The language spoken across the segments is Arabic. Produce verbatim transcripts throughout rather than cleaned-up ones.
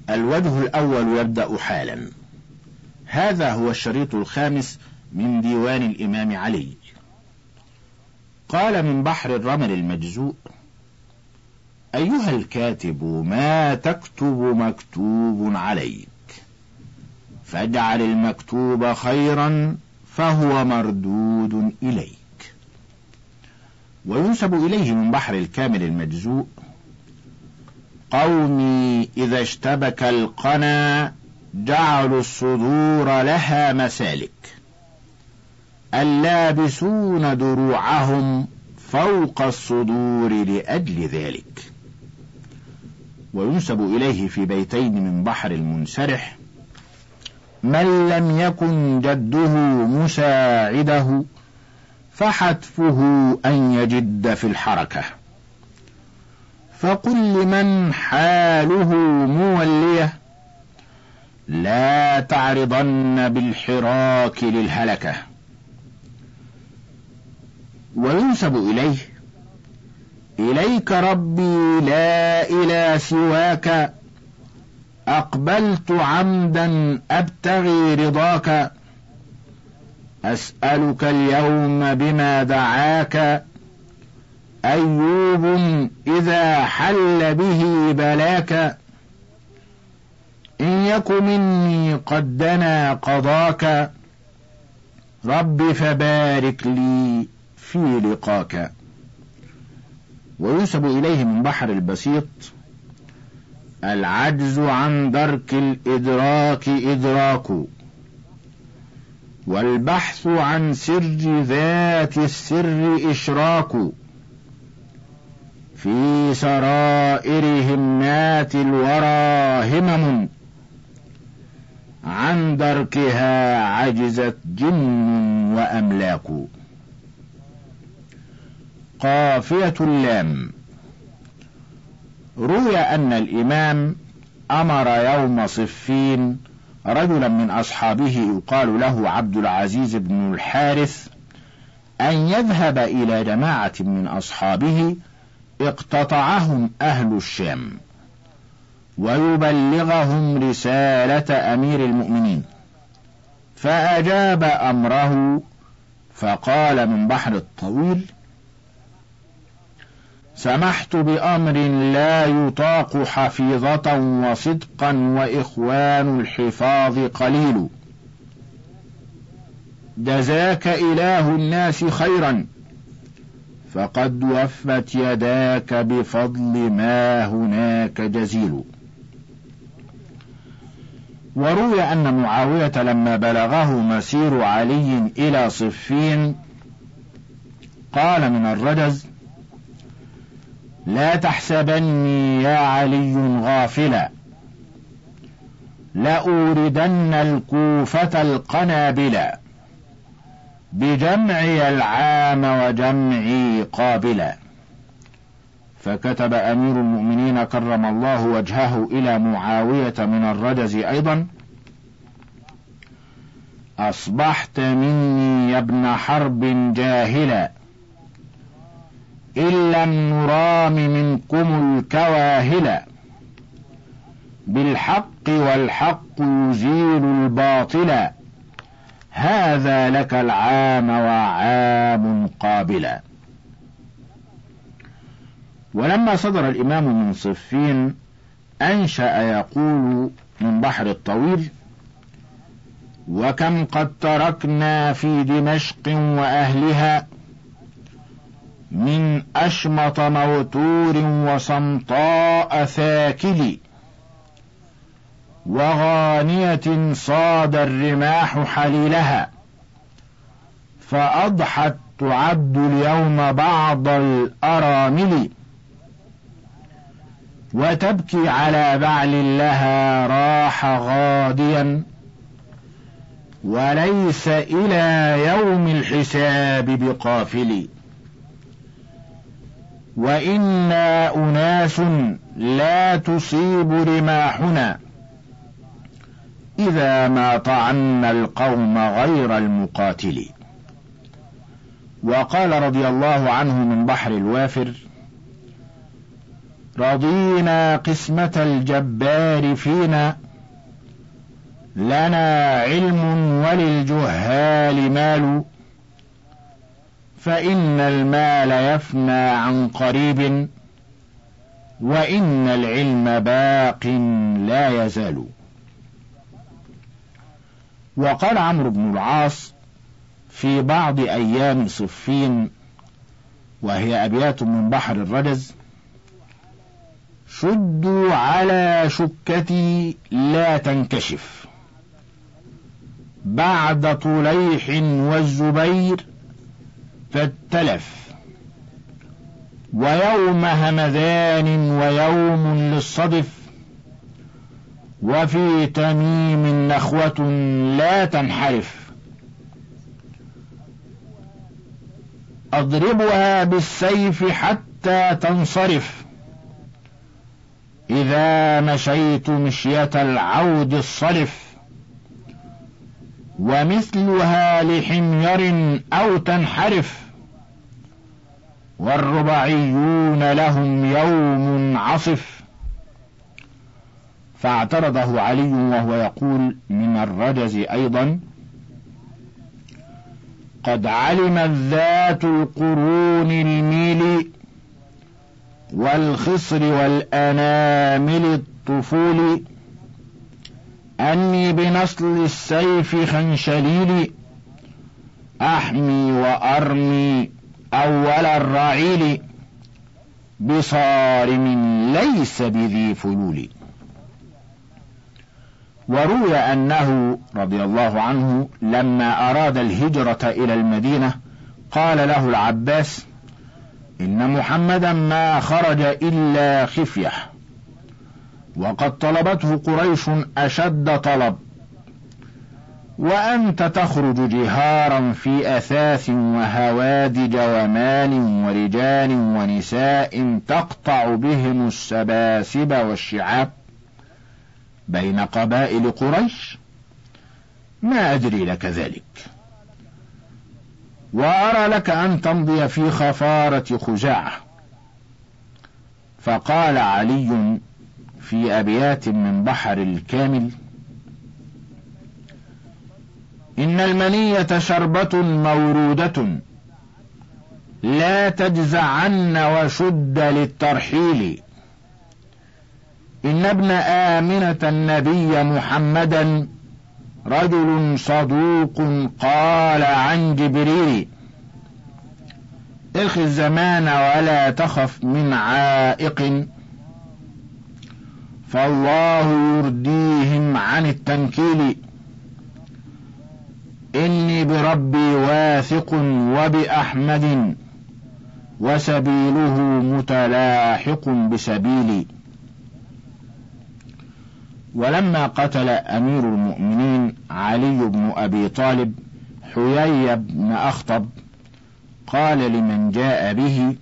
الوجه الأول يبدأ حالا. هذا هو الشريط الخامس من ديوان الإمام علي. قال من بحر الرمل المجزوء: أيها الكاتب ما تكتب مكتوب عليك، فاجعل المكتوب خيرا فهو مردود إليك. وينسب إليه من بحر الكامل المجزوء: قومي إذا اشتبك القنا جعلوا الصدور لها مسالك، اللابسون دروعهم فوق الصدور لأجل ذلك. وينسب إليه في بيتين من بحر المنسرح: من لم يكن جده مساعده فحتفه أن يجد في الحركة، فقل لمن حاله مولية لا تعرضن بالحراك للهلكة. وينسب إليه: إليك ربي لا إلى سواك، أقبلت عمدا أبتغي رضاك، أسألك اليوم بما دعاك، أيوب إذا حل به بلاك، إن يك مني قد دنا قضاك، رب فبارك لي في لقاك. وينسب إليه من بحر البسيط: العجز عن درك الإدراك إدراك، والبحث عن سر ذات السر إشراك، في سرائر همات الورى همم، عن دركها عجزت جن وأملاك. قافية اللام. روي أن الإمام أمر يوم صفين رجلا من أصحابه يقال له عبد العزيز بن الحارث أن يذهب إلى جماعة من أصحابه اقتطعهم أهل الشام ويبلغهم رسالة أمير المؤمنين، فأجاب أمره، فقال من بحر الطويل: سمحت بأمر لا يطاق حفيظة وصدقا وإخوان الحفاظ قليل، جزاك إله الناس خيرا، فقد وفت يداك بفضل ما هناك جزيل. وروي أن معاوية لما بلغه مسير علي إلى صفين قال من الرجز: لا تحسبني يا علي غافلا، لأوردن الكوفة القنابلا، بجمعي العام وجمعي قابلا. فكتب أمير المؤمنين كرم الله وجهه إلى معاوية من الرجز أيضا: أصبحت مني يا ابن حرب جاهلا، إن لم نرام منكم الكواهلا، بالحق والحق يزيل الباطلا، هذا لك العام وعام قابلا. ولما صدر الإمام من صفين أنشأ يقول من بحر الطويل: وكم قد تركنا في دمشق وأهلها من أشمط موتور وصمطاء ثاكل، وغانية صاد الرماح حليلها، فأضحت تعد اليوم بعض الأرامل، وتبكي على بعل لها راح غاديا، وليس إلى يوم الحساب بقافل. وإنا أناس لا تصيب رماحنا إذا ما طعنا القوم غير المقاتل. وقال رضي الله عنه من بحر الوافر: رضينا قسمة الجبار فينا، لنا علم وللجهال مال، فإن المال يفنى عن قريب، وإن العلم باق لا يزال. وقال عمرو بن العاص في بعض أيام صفين، وهي أبيات من بحر الرجز: شدوا على شكتي لا تنكشف، بعد طليح والزبير فالتلف، ويوم همذان ويوم للصدف، وفي تميم نخوة لا تنحرف، أضربها بالسيف حتى تنصرف، إذا مشيت مشية العود الصلف، ومثلها لحمير أو تنحرف، والرباعيون لهم يوم عصف. فاعترضه علي وهو يقول من الرجز أيضا: قد علمت ذات القرون الميل، والخصر والأنامل الطفول، أني بنصل السيف خنشليل، أحمي وأرمي أول الرعيل، بصارم ليس بذي فلول. وروي أنه رضي الله عنه لما أراد الهجرة إلى المدينة قال له العباس: إن محمدا ما خرج إلا خفية، وقد طلبته قريش أشد طلب، وأنت تخرج جهارا في أثاث وهوادج ومال ورجال ونساء تقطع بهم السباسب والشعاب بين قبائل قريش، ما أدري لك ذلك، وأرى لك أن تمضي في خفارة خزاعة. فقال علي في أبيات من بحر الكامل: إن المنية شربة مورودة، لا تجزعن وشد للترحيل، إن ابن آمنة النبي محمدا رجل صدوق قال عن جبريل، اخ الزمان ولا تخف من عائق، فالله يرديهم عن التنكيل، إني بربي واثق وبأحمد، وسبيله متلاحق بسبيلي. ولما قتل أمير المؤمنين علي بن أبي طالب حيي بن أخطب قال لمن جاء به: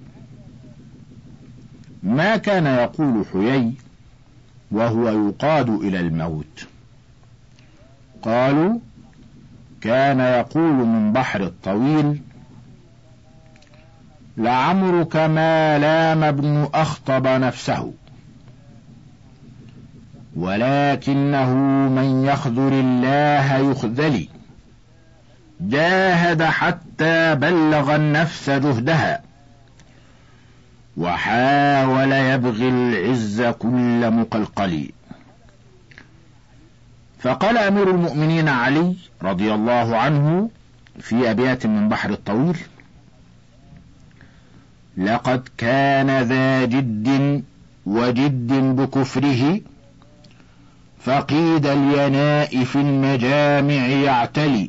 ما كان يقول حيي وهو يقاد إلى الموت؟ قالوا: كان يقول من بحر الطويل: لعمرك ما لام ابن أخطب نفسه، ولكنه من يخذل الله يخذل، جاهد حتى بلغ النفس جهدها، وحاول يبغي العز كل مقلقل. فقال أمير المؤمنين علي رضي الله عنه في أبيات من بحر الطويل: لقد كان ذا جد وجد بكفره، فقيد اليناء في المجامع يعتلي،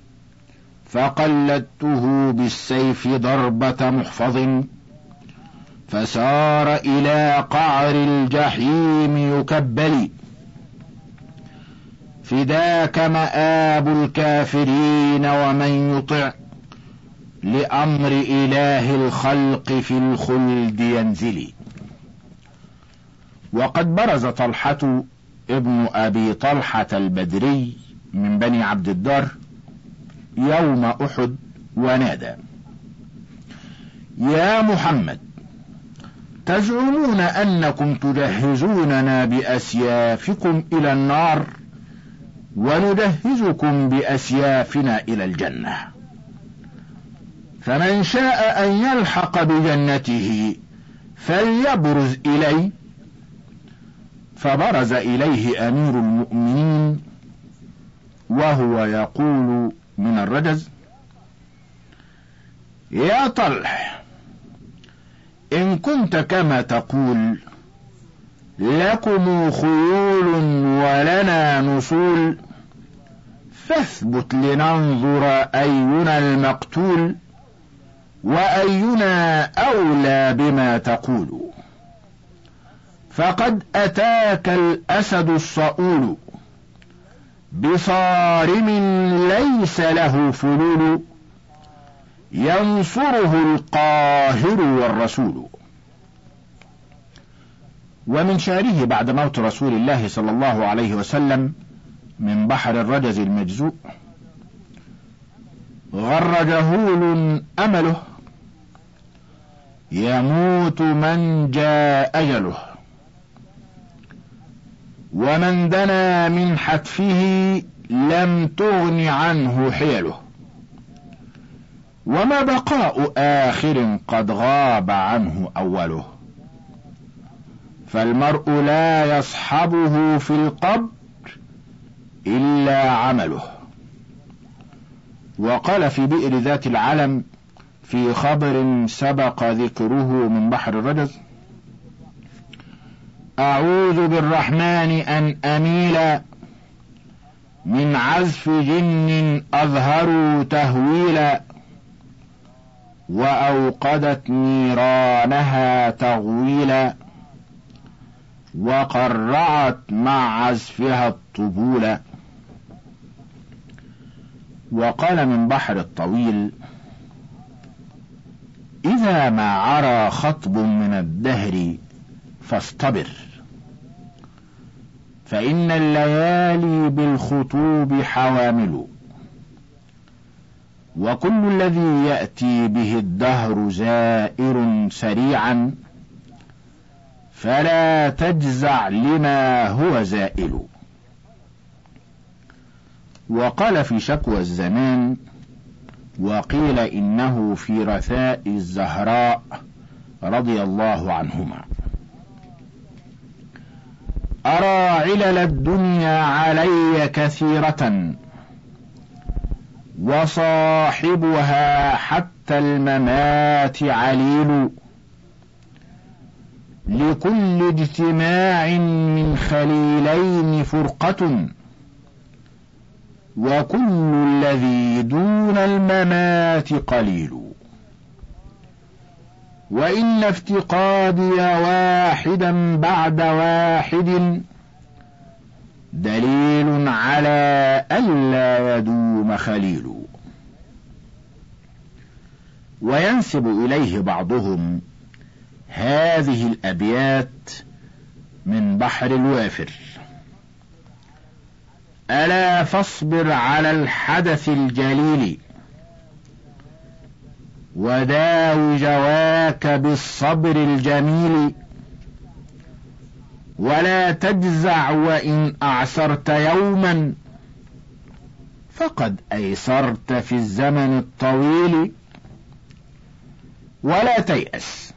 فقلدته بالسيف ضربة محفظ، فسار إلى قعر الجحيم يكبل، فداك مآب الكافرين ومن يطع لأمر إله الخلق في الخلد ينزل. وقد برز طلحة ابن أبي طلحة البدري من بني عبد الدار يوم أحد ونادى: يا محمد، تزعمون أنكم تجهزوننا بأسيافكم إلى النار وندهزكم بأسيافنا إلى الجنة، فمن شاء أن يلحق بجنته فليبرز إلي. فبرز إليه أمير المؤمنين وهو يقول من الرجز: يا طلح، إن كنت كما تقول لكم خيول ولنا نصول، فاثبت لننظر أينا المقتول وأينا أولى بما تقول. فقد أتاك الأسد الصؤول بصارم ليس له فلول، ينصره القاهر والرسول. ومن شعره بعد موت رسول الله صلى الله عليه وسلم من بحر الرجز المجزوء: غر جهول أمله، يموت من جاء أجله، ومن دنا من حتفه لم تغن عنه حيله، وما بقاء آخر قد غاب عنه أوله، فالمرء لا يصحبه في القبر إلا عمله. وقال في بئر ذات العلم في خبر سبق ذكره من بحر الرجز: أعوذ بالرحمن أن أميل من عزف جن أظهروا تهويلا، وأوقدت نيرانها تغويلا، وقرعت مع عزفها الطبول. وقال من بحر الطويل: إذا ما عرى خطب من الدهر فاصطبر، فإن الليالي بالخطوب حوامل، وكل الذي يأتي به الدهر زائر سريعا، فلا تجزع لما هو زائل. وقال في شكوى الزمان: وقيل إنه في رثاء الزهراء رضي الله عنهما: أرى علل الدنيا علي كثيرة، وصاحبها حتى الممات عليل، لكل اجتماع من خليلين فرقة، وكل الذي دون الممات قليل، وإن افتقادي واحدا بعد واحد دليل على ألا يدوم خليل. وينسب إليه بعضهم هذه الأبيات من بحر الوافر: ألا فاصبر على الحدث الجليل، وداو جواك بالصبر الجميل، ولا تجزع وإن أعسرت يوما، فقد أيسرت في الزمن الطويل، ولا تيأس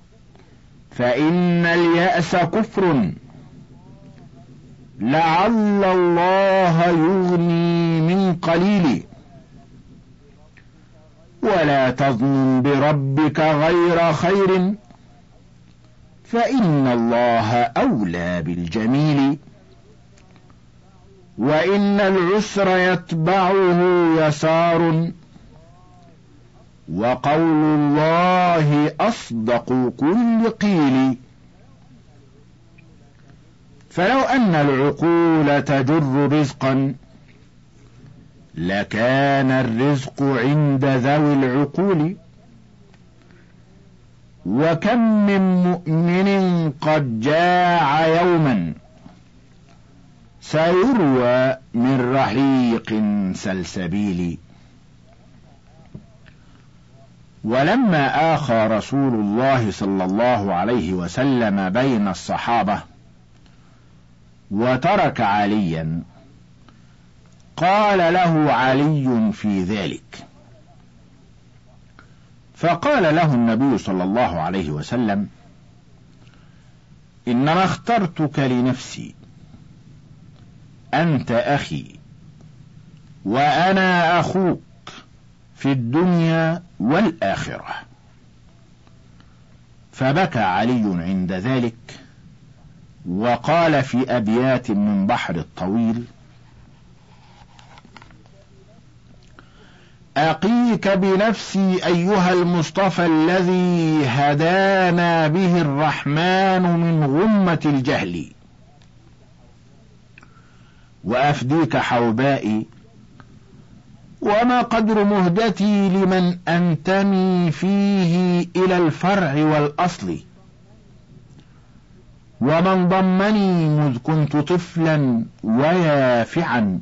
فإن اليأس كفر، لعل الله يغني من قليل، ولا تظن بربك غير خير، فإن الله أولى بالجميل، وإن العسر يتبعه يسار، وقول الله أصدق كل قيل. فلو أن العقول تجر رزقا لكان الرزق عند ذوي العقول، وكم من مؤمن قد جاع يوما سيروى من رحيق سلسبيل. ولما آخى رسول الله صلى الله عليه وسلم بين الصحابة وترك عليا قال له علي في ذلك، فقال له النبي صلى الله عليه وسلم: إنما اخترتك لنفسي، أنت أخي وأنا أخوك في الدنيا والآخرة. فبكى علي عند ذلك وقال في أبيات من بحر الطويل: أقيك بنفسي أيها المصطفى الذي هدانا به الرحمن من غمة الجهل، وأفديك حوبائي وما قدر مهدتي لمن أنتمي فيه إلى الفرع والأصل، ومن ضمني مذ كنت طفلا ويافعا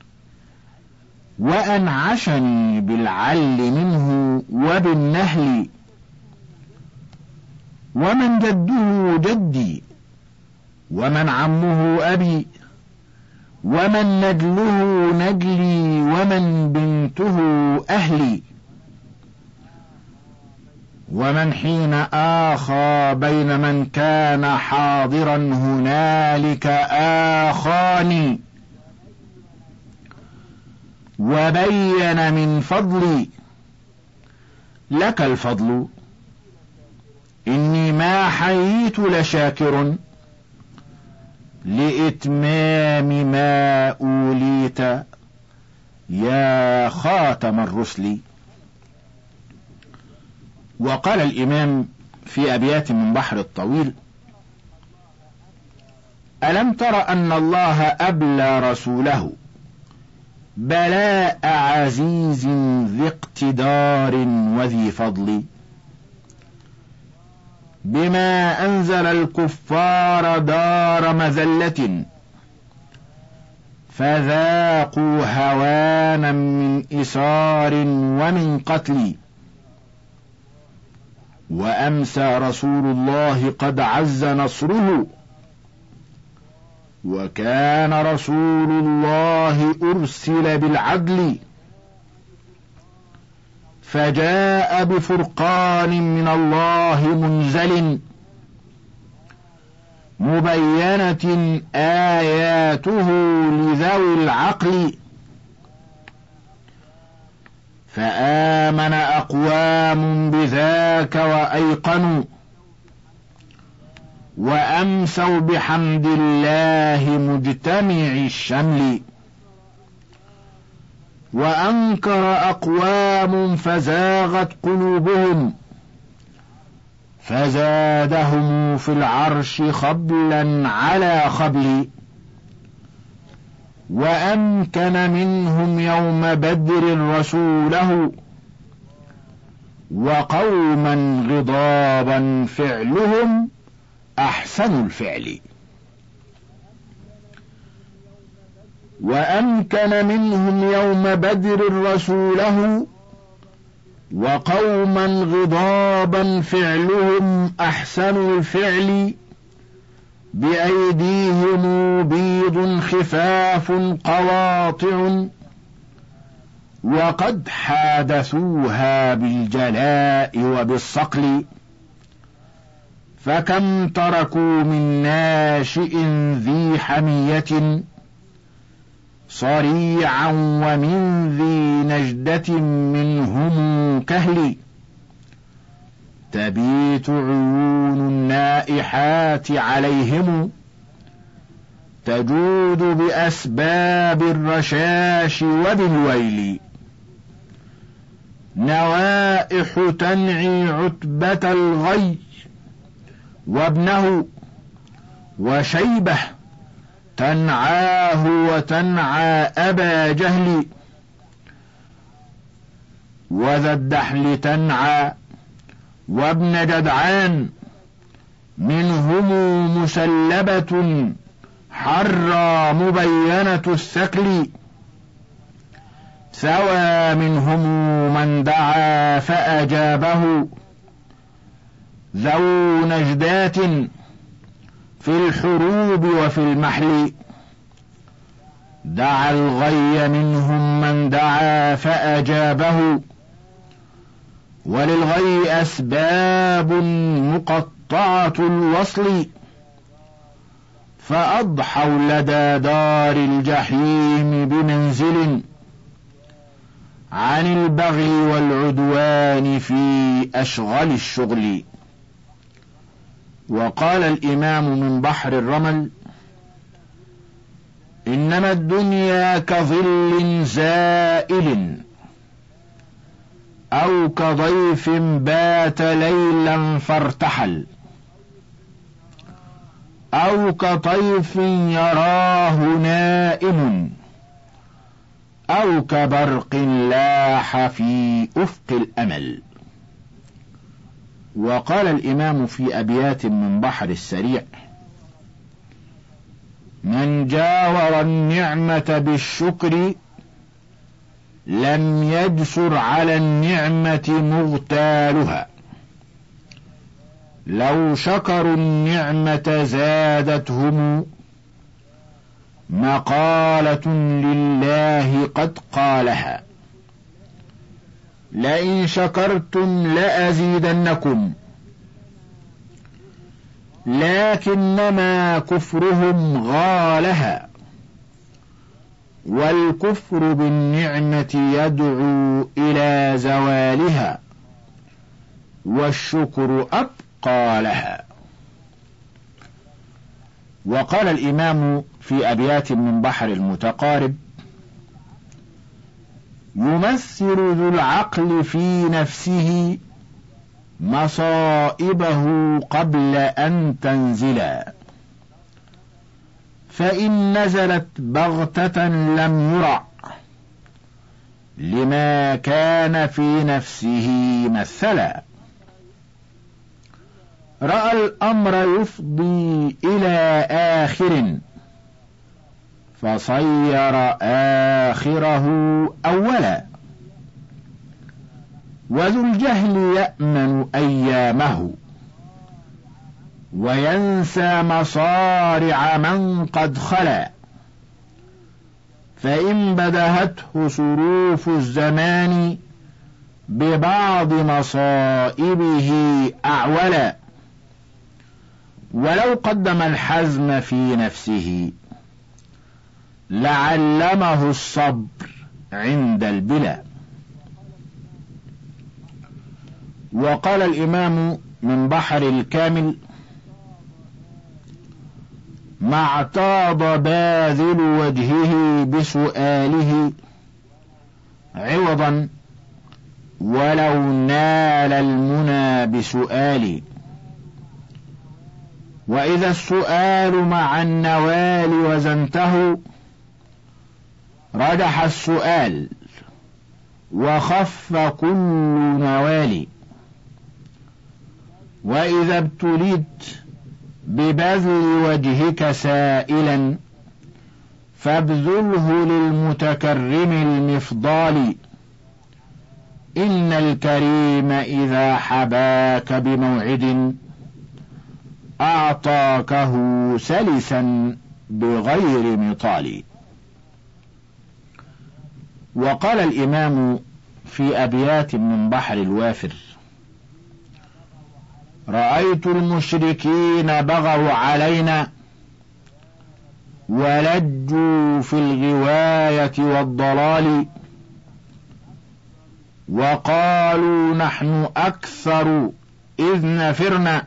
وأنعشني بالعل منه وبالنهل، ومن جده جدي ومن عمه أبي ومن نجله نجلي ومن بنته أهلي، ومن حين آخى بين من كان حاضرا هنالك آخاني، وبين من فضلي لك الفضل، إني ما حييت لشاكر لإتمام ما أوليت يا خاتم الرسل. وقال الإمام في أبيات من بحر الطويل: ألم تر أن الله أبلى رسوله بلاء عزيز ذي اقتدار وذي فضل، بما أنزل الكفار دار مذلة فذاقوا هوانا من إسار ومن قتل، وأمسى رسول الله قد عز نصره، وكان رسول الله أرسل بالعدل، فجاء بفرقان من الله منزل، مبينة آياته لذوي العقل، فآمن أقوام بذاك وأيقنوا، وأمسوا بحمد الله مجتمع الشمل، وأنكر أقوام فزاغت قلوبهم، فزادهم في العرش خبلا على خبل، وأمكن منهم يوم بدر رسوله، وقوما غضابا فعلهم أحسن الفعل، وأمكن منهم يوم بدر رسوله، وقوما غضابا فعلهم أحسن الفعل، بأيديهم بيض خفاف قواطع، وقد حادثوها بالجلاء وبالصقل، فكم تركوا من ناشئ ذي حمية صريعا ومن ذي نجدة منهم كهل، تبيت عيون النائحات عليهم، تجود بأسباب الرشاش وبالويل، نوائح تنعي عتبة الغي وابنه، وشيبة تنعاه وتنعى أبا جهل، وذا الدحل تنعى وابن جدعان، منهم مسلبة حرى مبينة الثكل، ثوى منهم من دعا فأجابه ذو نجدات في الحروب وفي المحل. دعا الغي منهم من دعا فأجابه وللغي أسباب مقطعة الوصل. فأضحوا لدى دار الجحيم بمنزل عن البغي والعدوان في أشغل الشغل. وقال الإمام من بحر الرمل: إنما الدنيا كظل زائل أو كضيف بات ليلا فارتحل أو كطيف يراه نائم أو كبرق لاح في أفق الأمل. وقال الإمام في أبيات من بحر السريع: من جاور النعمة بالشكر لم يجسر على النعمة مغتالها. لو شكروا النعمة زادتهم مقالة لله قد قالها. لئن شكرتم لأزيدنكم لكنما كفرهم غالها. والكفر بالنعمة يدعو إلى زوالها والشكر أبقى لها. وقال الإمام في أبيات من بحر المتقارب: يمثل ذو العقل في نفسه مصائبه قبل أن تنزلا. فإن نزلت بغتة لم يرع لما كان في نفسه مثلا. رأى الأمر يفضي إلى آخر فصير آخره أولا. وذو الجهل يأمن أيامه وينسى مصارع من قد خلا. فإن بدهته صروف الزمان ببعض مصائبه أعولا. ولو قدم الحزم في نفسه لعلمه الصبر عند البلا. وقال الإمام من بحر الكامل: ما اعتاض باذل وجهه بسؤاله عوضا ولو نال المنى بسؤال. وإذا السؤال مع النوال وزنته رجح السؤال وخف كل نوال. وإذا ابتليت ببذل وجهك سائلا فابذله للمتكرم المفضال. إن الكريم إذا حباك بموعد أعطاكه سلسا بغير مطال. وقال الإمام في أبيات من بحر الوافر: رأيت المشركين بغوا علينا ولجوا في الغواية والضلال. وقالوا نحن أكثر إذ نفرنا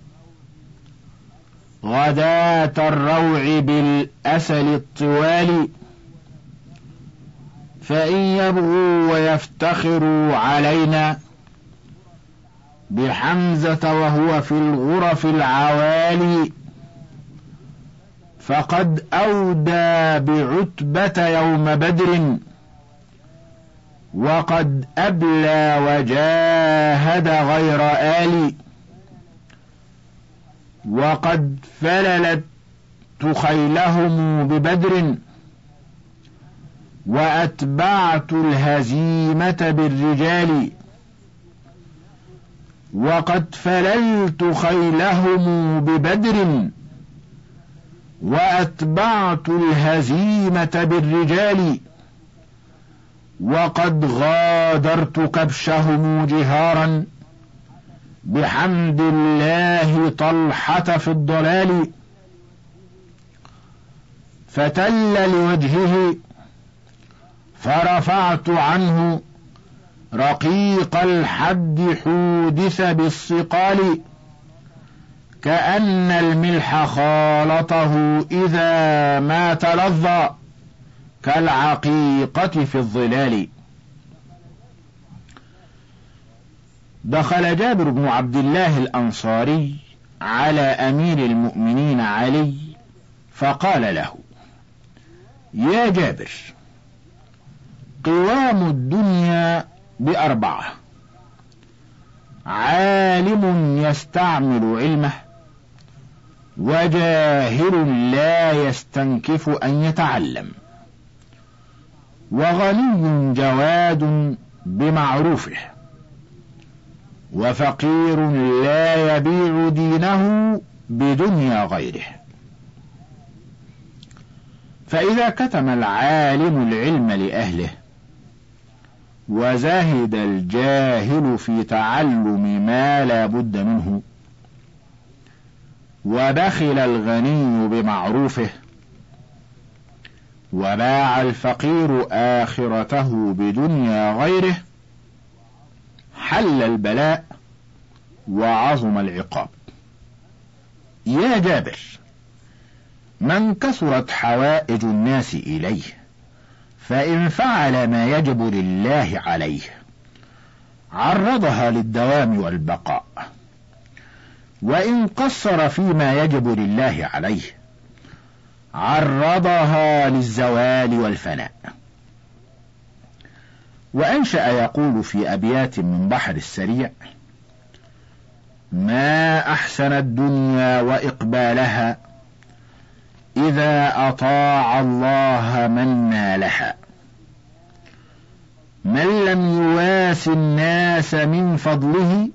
غداة الروع بالأسل الطوال. فإن يبغوا ويفتخروا علينا بحمزة وهو في الغرف العوالي فقد أودى بعتبة يوم بدر وقد أبلى وجاهد غير آل. وقد فللت خيلهم ببدر وأتبعت الهزيمة بالرجال، وقد فللت خيلهم ببدر، وأتبعت الهزيمة بالرجال، وقد غادرت كبشهم جهارا، بحمد الله طلحة في الضلال. فتل لوجهه فرفعت عنه، رقيق الحد حودث بالصقال، كأن الملح خالطه إذا ما تلظى، كالعقيقة في الظلال. دخل جابر بن عبد الله الأنصاري على أمير المؤمنين علي فقال له: يا جابر، قوام الدنيا بأربعة: عالم يستعمل علمه، وجاهل لا يستنكف أن يتعلم، وغني جواد بمعروفه، وفقير لا يبيع دينه بدنيا غيره. فإذا كتم العالم العلم لأهله، وزاهد الجاهل في تعلم ما لا بد منه، وبخل الغني بمعروفه، وباع الفقير آخرته بدنيا غيره، حل البلاء وعظم العقاب. يا جابر، من كثرت حوائج الناس إليه، فإن فعل ما يجب لله عليه عرضها للدوام والبقاء، وإن قصر فيما يجب لله عليه عرضها للزوال والفناء. وأنشأ يقول في أبيات من بحر السريع: ما أحسن الدنيا وإقبالها، إذا أطاع الله من نالها، من لم يواس الناس من فضله،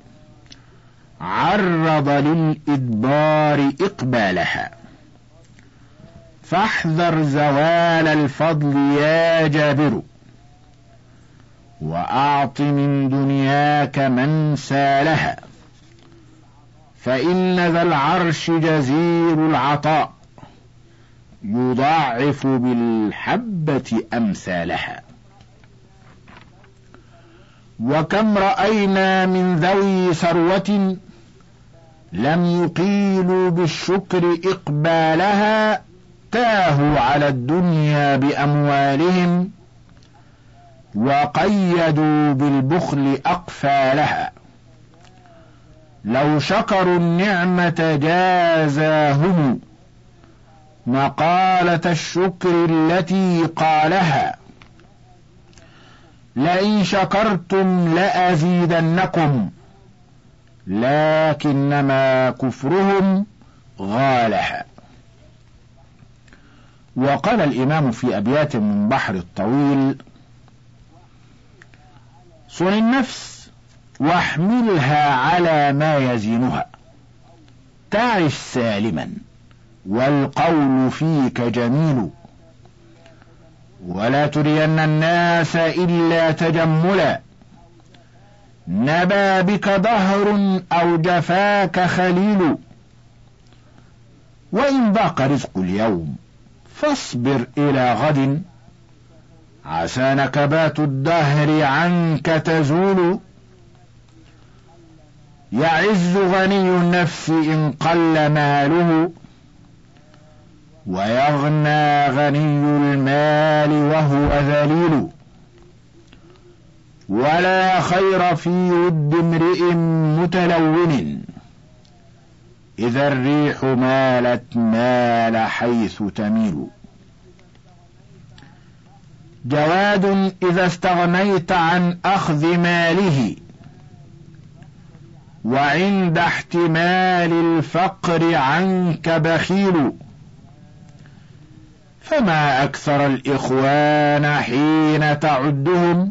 عرض للإدبار إقبالها. فاحذر زوال الفضل يا جابر، وأعط من دنياك من سالها، فإن ذا العرش جزيل العطاء، يضاعف بالحبة أمثالها. وكم رأينا من ذوي ثروة لم يقيلوا بالشكر إقبالها، تاهوا على الدنيا بأموالهم، وقيدوا بالبخل أقفالها. لو شكروا النعمة جازاهم مقالة الشكر التي قالها، لئن شكرتم لأزيدنكم، لكنما كفرهم غالها. وقال الإمام في أبيات من بحر الطويل: صن النفس واحملها على ما يزينها، تعش سالما والقول فيك جميل، ولا ترين الناس إلا تجملا، نبى بك دهر أو جفاك خليل. وإن ضاق رزق اليوم فاصبر إلى غد، عسى نكبات الدهر عنك تزول. يعز غني النفس إن قل ماله، ويغنى غني المال وهو ذليل. ولا خير في ود امرئ متلون، إذا الريح مالت مال حيث تميل. جواد إذا استغنيت عن أخذ ماله، وعند احتمال الفقر عنك بخيل. فما أكثر الإخوان حين تعدهم،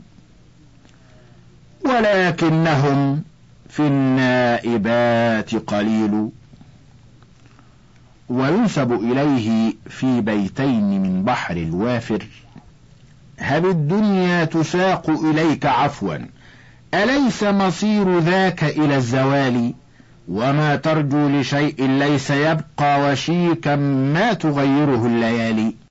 ولكنهم في النائبات قليل. وينسب إليه في بيتين من بحر الوافر: هب الدنيا تساق إليك عفوا، أليس مصير ذاك إلى الزوال؟ وما ترجو لشيء ليس يبقى، وشيكا ما تغيره الليالي.